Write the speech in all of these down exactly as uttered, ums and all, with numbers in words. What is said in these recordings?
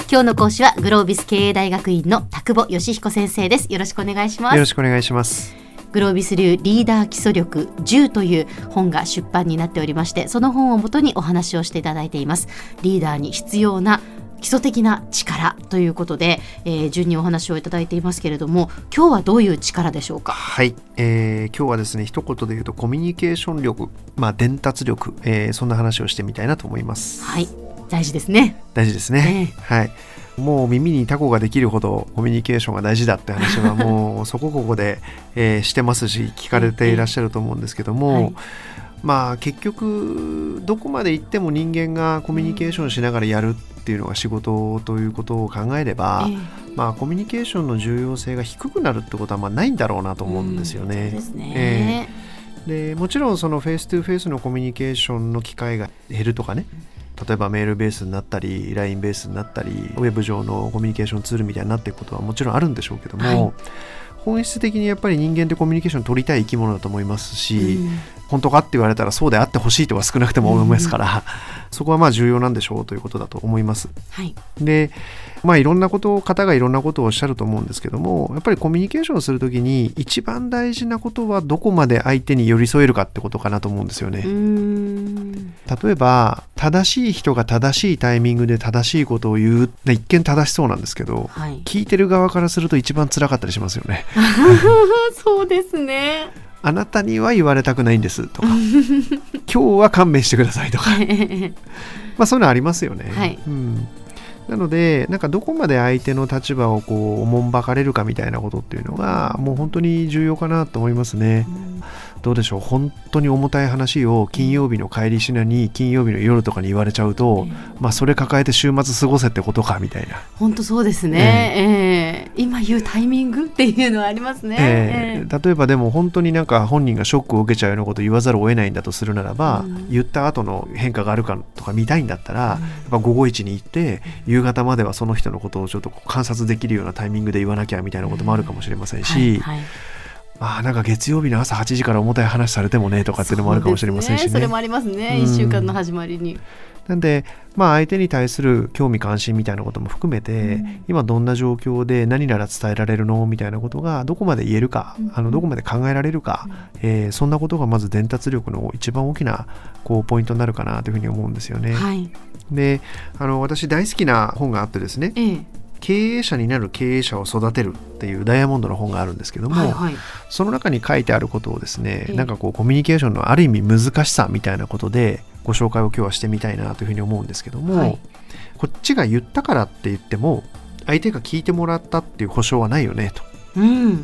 今日の講師はグロービス経営大学院の田久保義彦先生です。よろしくお願いします。 よろしくお願いします。 グロービス流リーダー基礎力じゅうという本が出版になっておりまして、その本をもとにお話をしていただいています。リーダーに必要な基礎的な力ということで、えー、順にお話をいただいていますけれども、今日はどういう力でしょうか。 はい、えー、今日はですね、一言で言うとコミュニケーション力、まあ、伝達力、えー、そんな話をしてみたいなと思います。 はい、大事ですね。 大事ですね、えー、はい。もう耳にタコができるほどコミュニケーションが大事だって話はもうそこここで、えー、してますし、聞かれていらっしゃると思うんですけども、はい、まあ結局どこまで行っても人間がコミュニケーションしながらやるっていうのが仕事ということを考えれば、えーまあ、コミュニケーションの重要性が低くなるってことはまあないんだろうなと思うんですよね。 うん、そうですね。 えー、でもちろんそのフェイストゥフェイスのコミュニケーションの機会が減るとかね、例えばメールベースになったり ライン ベースになったりウェブ上のコミュニケーションツールみたいになっていくことはもちろんあるんでしょうけども、はい、本質的にやっぱり人間ってコミュニケーション取りたい生き物だと思いますし、うん、本当かって言われたらそうであってほしいとは少なくても思いますから、うん、そこはまあ重要なんでしょうということだと思います。はい、で、まあいろんなこと方がいろんなことをおっしゃると思うんですけども、やっぱりコミュニケーションをするときに一番大事なことはどこまで相手に寄り添えるかってことかなと思うんですよね。うーん、例えば正しい人が正しいタイミングで正しいことを言うって一見正しそうなんですけど、はい、聞いてる側からすると一番辛かったりしますよね。 そうですね。 あなたには言われたくないんですとか今日は勘弁してくださいとかまあそういうのありますよね。はい、うん、なのでなんかどこまで相手の立場をこうおもんばかれるかみたいなことっていうのがもう本当に重要かなと思いますね。うん、どうでしょう、本当に重たい話を金曜日の帰りしなに金曜日の夜とかに言われちゃうと、えーまあ、それ抱えて週末過ごせってことかみたいな。 本当そうですね、えーえー、今言うタイミングっていうのはありますね。 えー、例えばでも本当になんか本人がショックを受けちゃうようなことを言わざるを得ないんだとするならば、うん、言った後の変化があるかとか見たいんだったら、うん、やっぱ午後一に行って夕方まではその人のことをちょっと観察できるようなタイミングで言わなきゃみたいなこともあるかもしれませんし、うん、はいはい、まあ、なんか月曜日の朝はちじから重たい話されてもねとかっていうのもあるかもしれませんしね。 そ, ねそれもありますね、うん、いっしゅうかんの始まりに。 なんで、まあ、相手に対する興味関心みたいなことも含めて、うん、今どんな状況で何なら伝えられるのみたいなことがどこまで言えるか、うん、あのどこまで考えられるか、うん、えー、そんなことがまず伝達力の一番大きなこうポイントになるかなというふうに思うんですよね。はい、で、あの私大好きな本があってですね、ええ、経営者になる経営者を育てるっていうダイヤモンドの本があるんですけども、はいはい、その中に書いてあることをですね、ええ、なんかこうコミュニケーションのある意味難しさみたいなことでご紹介を今日はしてみたいなというふうに思うんですけども、はい、こっちが言ったからって言っても相手が聞いてもらったっていう保証はないよねと、うん、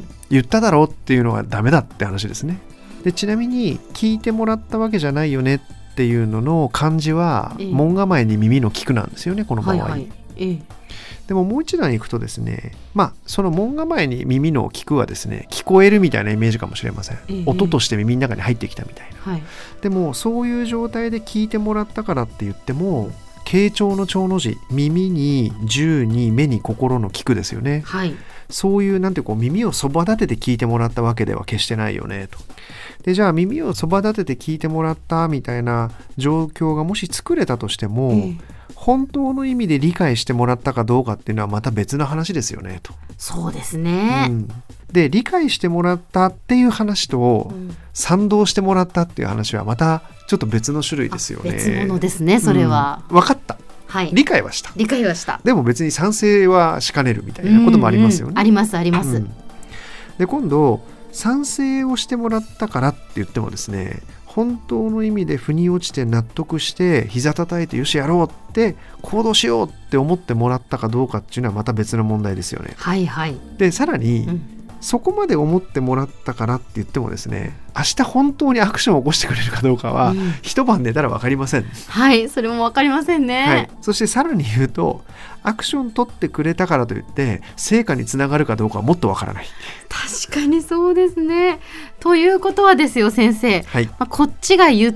言っただろうっていうのはダメだって話ですね。で、ちなみに聞いてもらったわけじゃないよねっていうのの漢字は、ええ、門構えに耳の聞くなんですよね、この場合、はいはい、ええ、でももう一段いくとですね、まあその門構えに耳の聞くはですね、聞こえるみたいなイメージかもしれません、えー、音として耳の中に入ってきたみたいな、はい、でもそういう状態で聞いてもらったからって言っても傾聴の聴の字、耳に銃に目に心の聞くですよね、はい、そういうなんてこう耳をそば立てて聞いてもらったわけでは決してないよねと。で、じゃあ耳をそば立てて聞いてもらったみたいな状況がもし作れたとしても、えー本当の意味で理解してもらったかどうかっていうのはまた別の話ですよねと。 そうですね、うん、 で理解してもらったっていう話と、うん、賛同してもらったっていう話はまたちょっと別の種類ですよね。 別物ですね、それは、 うん、分かった、はい、理解はした理解はしたでも別に賛成はしかねるみたいなこともありますよね、 うんうん、ありますあります、うん、 で今度賛成をしてもらったからって言ってもですね、本当の意味で腑に落ちて納得して膝叩いてよしやろうって行動しようって思ってもらったかどうかっていうのはまた別の問題ですよね。 はいはい。 でさらに、うん、そこまで思ってもらったからって言ってもですね、明日本当にアクションを起こしてくれるかどうかは、うん、一晩寝たら分かりません。 はい、それも分かりませんね、 はい、そしてさらに言うとアクション取ってくれたからといって成果につながるかどうかはもっと分からない。 確かにそうですね。ということはですよ先生、はい、まあ、こっちが言った、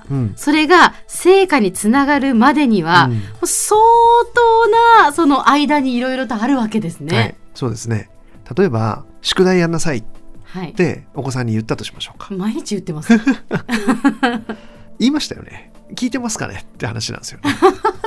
うん、それが成果につながるまでには、うん、相当なその間にいろいろとあるわけですね、はい、 そうですね。例えば宿題やんなさいってお子さんに言ったとしましょうか、 はい、毎日言ってます言いましたよね。聞いてますかねって話なんですよねそう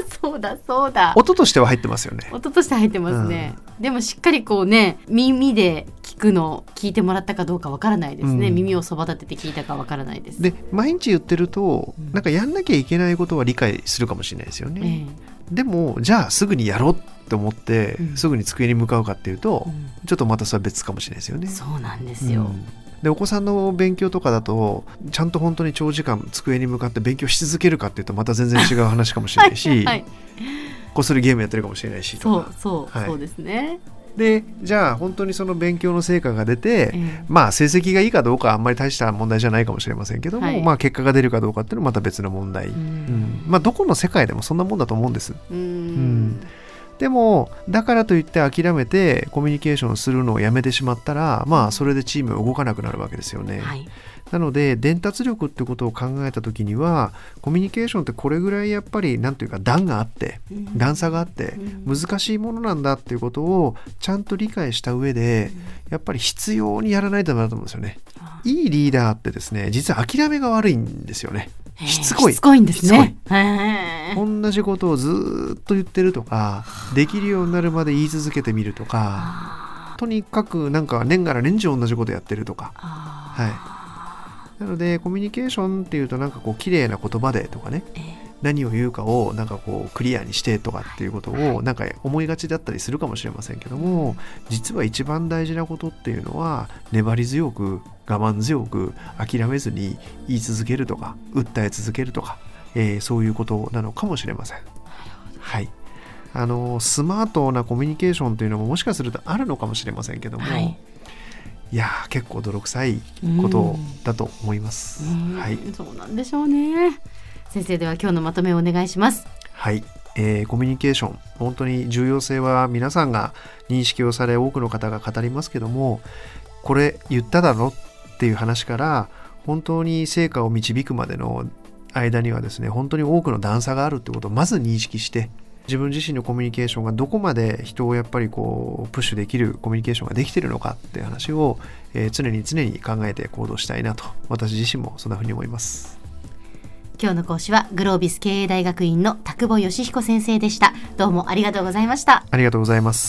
だそうだ、 音としては入ってますよね。 音として入ってますね、うん、でもしっかりこうね耳で聞くの聞いてもらったかどうかわからないですね、うん、耳をそば立てて聞いたかわからないです。 で毎日言ってると、うん、なんかやんなきゃいけないことは理解するかもしれないですよね、えー、でもじゃあすぐにやろうって思って、うん、すぐに机に向かうかっていうと、うん、ちょっとまたそれは別かもしれないですよね。 そうなんですよ、うんでお子さんの勉強とかだとちゃんと本当に長時間机に向かって勉強し続けるかっていうとまた全然違う話かもしれないし、はいはい、こっそりゲームやってるかもしれないしとか、 そうそう、はい、そうですね。 でじゃあ本当にその勉強の成果が出て、えー、まあ成績がいいかどうかはあんまり大した問題じゃないかもしれませんけども、はい、まあ結果が出るかどうかっていうのはまた別の問題、うんうんまあ、どこの世界でもそんなもんだと思うんです。うんうんでもだからといって諦めてコミュニケーションするのをやめてしまったらまあそれでチームが動かなくなるわけですよね、はい、なので伝達力ってことを考えた時にはコミュニケーションってこれぐらいやっぱりなんていうか段があって段差があって難しいものなんだっていうことをちゃんと理解した上でやっぱり必要にやらないとダメだと思うんですよね。いいリーダーってですね実は諦めが悪いんですよね。しつこいしつこいんですね。 同じことをずっと言ってるとかできるようになるまで言い続けてみるとかとにかくなんか年がら年中同じことやってるとか、はい、なのでコミュニケーションっていうとなんかこう綺麗な言葉でとかね、えー、何を言うかをなんかこうクリアにしてとかっていうことをなんか思いがちだったりするかもしれませんけども実は一番大事なことっていうのは粘り強く我慢強く諦めずに言い続けるとか訴え続けるとか、えー、そういうことなのかもしれません。はい、あのスマートなコミュニケーションというのももしかするとあるのかもしれませんけども、はい、いや結構泥臭いことだと思います。はい、 そうなんでしょうね。先生では今日のまとめをお願いします。 はい、えー、コミュニケーション本当に重要性は皆さんが認識をされ多くの方が語りますけどもこれ言っただろっていう話から本当に成果を導くまでの間にはですね本当に多くの段差があるってことをまず認識して自分自身のコミュニケーションがどこまで人をやっぱりこうプッシュできるコミュニケーションができているのかっていう話を、えー、常に常に考えて行動したいなと私自身もそんなふうに思います。 今日の講師はグロービス経営大学院の田久保義彦先生でした。どうもありがとうございました。 ありがとうございます。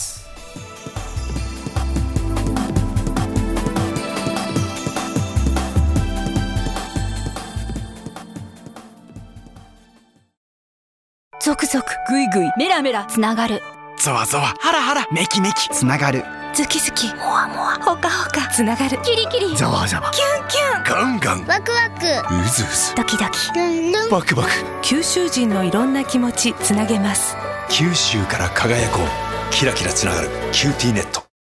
ゾクゾクグイグイメラメラつながるゾワゾワハラハラメキメキつながるズキズキモワモワホカホカつながるキリキリザワザワキュンキュンガンガンワクワクウズウズドキドキルンルンバクバク九州人のいろんな気持ちつなげます。 九州から輝こうキラキラつながるキューティーネット